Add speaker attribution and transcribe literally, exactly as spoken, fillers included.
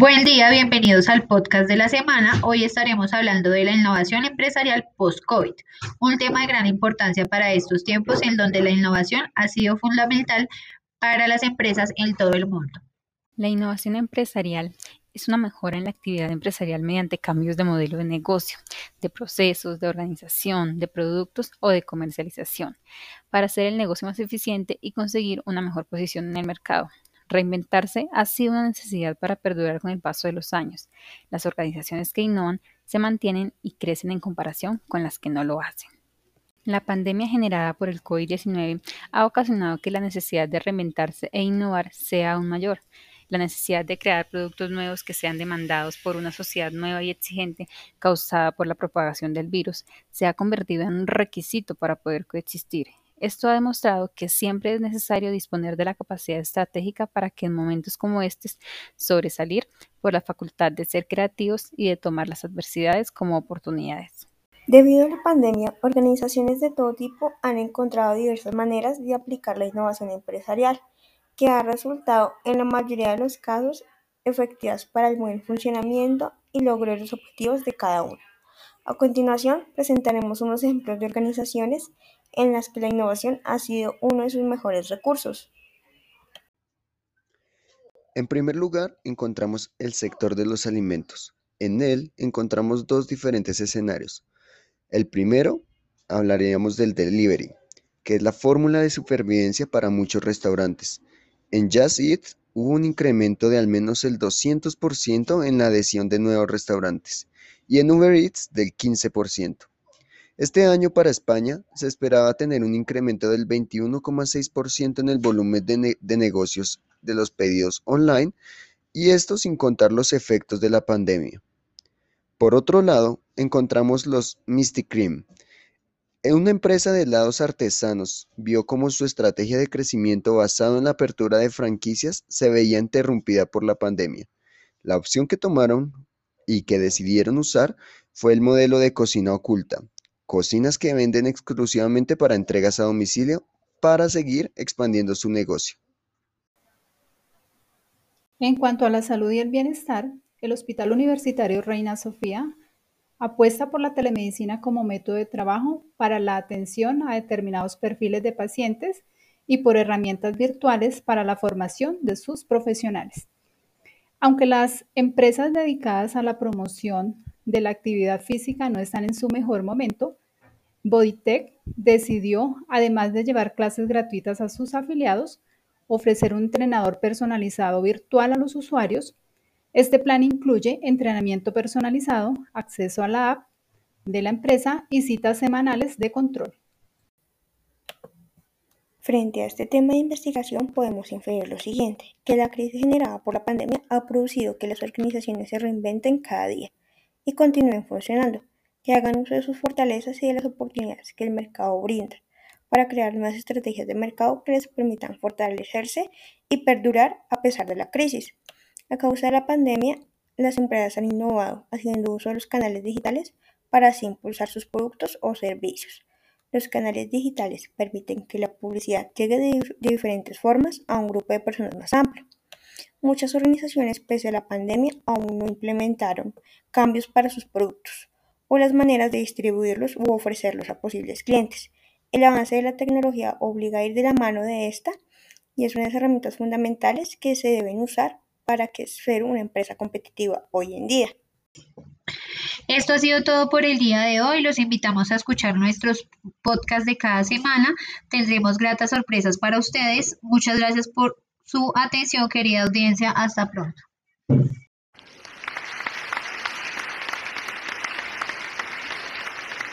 Speaker 1: Buen día, bienvenidos al podcast de la semana. Hoy estaremos hablando de la innovación empresarial post-COVID, un tema de gran importancia para estos tiempos en donde la innovación ha sido fundamental para las empresas en todo el mundo.
Speaker 2: La innovación empresarial es una mejora en la actividad empresarial mediante cambios de modelo de negocio, de procesos, de organización, de productos o de comercialización, para hacer el negocio más eficiente y conseguir una mejor posición en el mercado. Reinventarse ha sido una necesidad para perdurar con el paso de los años. Las organizaciones que innovan se mantienen y crecen en comparación con las que no lo hacen. La pandemia generada por el COVID diecinueve ha ocasionado que la necesidad de reinventarse e innovar sea aún mayor. La necesidad de crear productos nuevos que sean demandados por una sociedad nueva y exigente causada por la propagación del virus se ha convertido en un requisito para poder coexistir. Esto ha demostrado que siempre es necesario disponer de la capacidad estratégica para que en momentos como estos sobresalir por la facultad de ser creativos y de tomar las adversidades como oportunidades.
Speaker 3: Debido a la pandemia, organizaciones de todo tipo han encontrado diversas maneras de aplicar la innovación empresarial, que ha resultado, en la mayoría de los casos, efectivas para el buen funcionamiento y logro de los objetivos de cada uno. A continuación, presentaremos unos ejemplos de organizaciones en las que la innovación ha sido uno de sus mejores recursos.
Speaker 4: En primer lugar, encontramos el sector de los alimentos. En él encontramos dos diferentes escenarios. El primero, hablaríamos del delivery, que es la fórmula de supervivencia para muchos restaurantes. En Just Eat hubo un incremento de al menos el doscientos por ciento en la adhesión de nuevos restaurantes y en Uber Eats del quince por ciento. Este año para España se esperaba tener un incremento del veintiuno coma seis por ciento en el volumen de, ne- de negocios de los pedidos online, y esto sin contar los efectos de la pandemia. Por otro lado, encontramos los Misty Cream. En una empresa de helados artesanos vio cómo su estrategia de crecimiento basado en la apertura de franquicias se veía interrumpida por la pandemia. La opción que tomaron y que decidieron usar fue el modelo de cocina oculta, cocinas que venden exclusivamente para entregas a domicilio para seguir expandiendo su negocio.
Speaker 5: En cuanto a la salud y el bienestar, el Hospital Universitario Reina Sofía apuesta por la telemedicina como método de trabajo para la atención a determinados perfiles de pacientes y por herramientas virtuales para la formación de sus profesionales. Aunque las empresas dedicadas a la promoción de la actividad física no están en su mejor momento, Bodytech decidió, además de llevar clases gratuitas a sus afiliados, ofrecer un entrenador personalizado virtual a los usuarios. Este plan incluye entrenamiento personalizado, acceso a la app de la empresa y citas semanales de control.
Speaker 3: Frente a este tema de investigación podemos inferir lo siguiente, que la crisis generada por la pandemia ha producido que las organizaciones se reinventen cada día y continúen funcionando, que hagan uso de sus fortalezas y de las oportunidades que el mercado brinda, para crear nuevas estrategias de mercado que les permitan fortalecerse y perdurar a pesar de la crisis. A causa de la pandemia, las empresas han innovado haciendo uso de los canales digitales para así impulsar sus productos o servicios. Los canales digitales permiten que la publicidad llegue de, dif- de diferentes formas a un grupo de personas más amplio. Muchas organizaciones, pese a la pandemia, aún no implementaron cambios para sus productos o las maneras de distribuirlos u ofrecerlos a posibles clientes. El avance de la tecnología obliga a ir de la mano de esta y es una de las herramientas fundamentales que se deben usar para que ser una empresa competitiva hoy en día.
Speaker 1: Esto ha sido todo por el día de hoy. Los invitamos a escuchar nuestros podcasts de cada semana. Tendremos gratas sorpresas para ustedes. Muchas gracias por su atención, querida audiencia. Hasta pronto.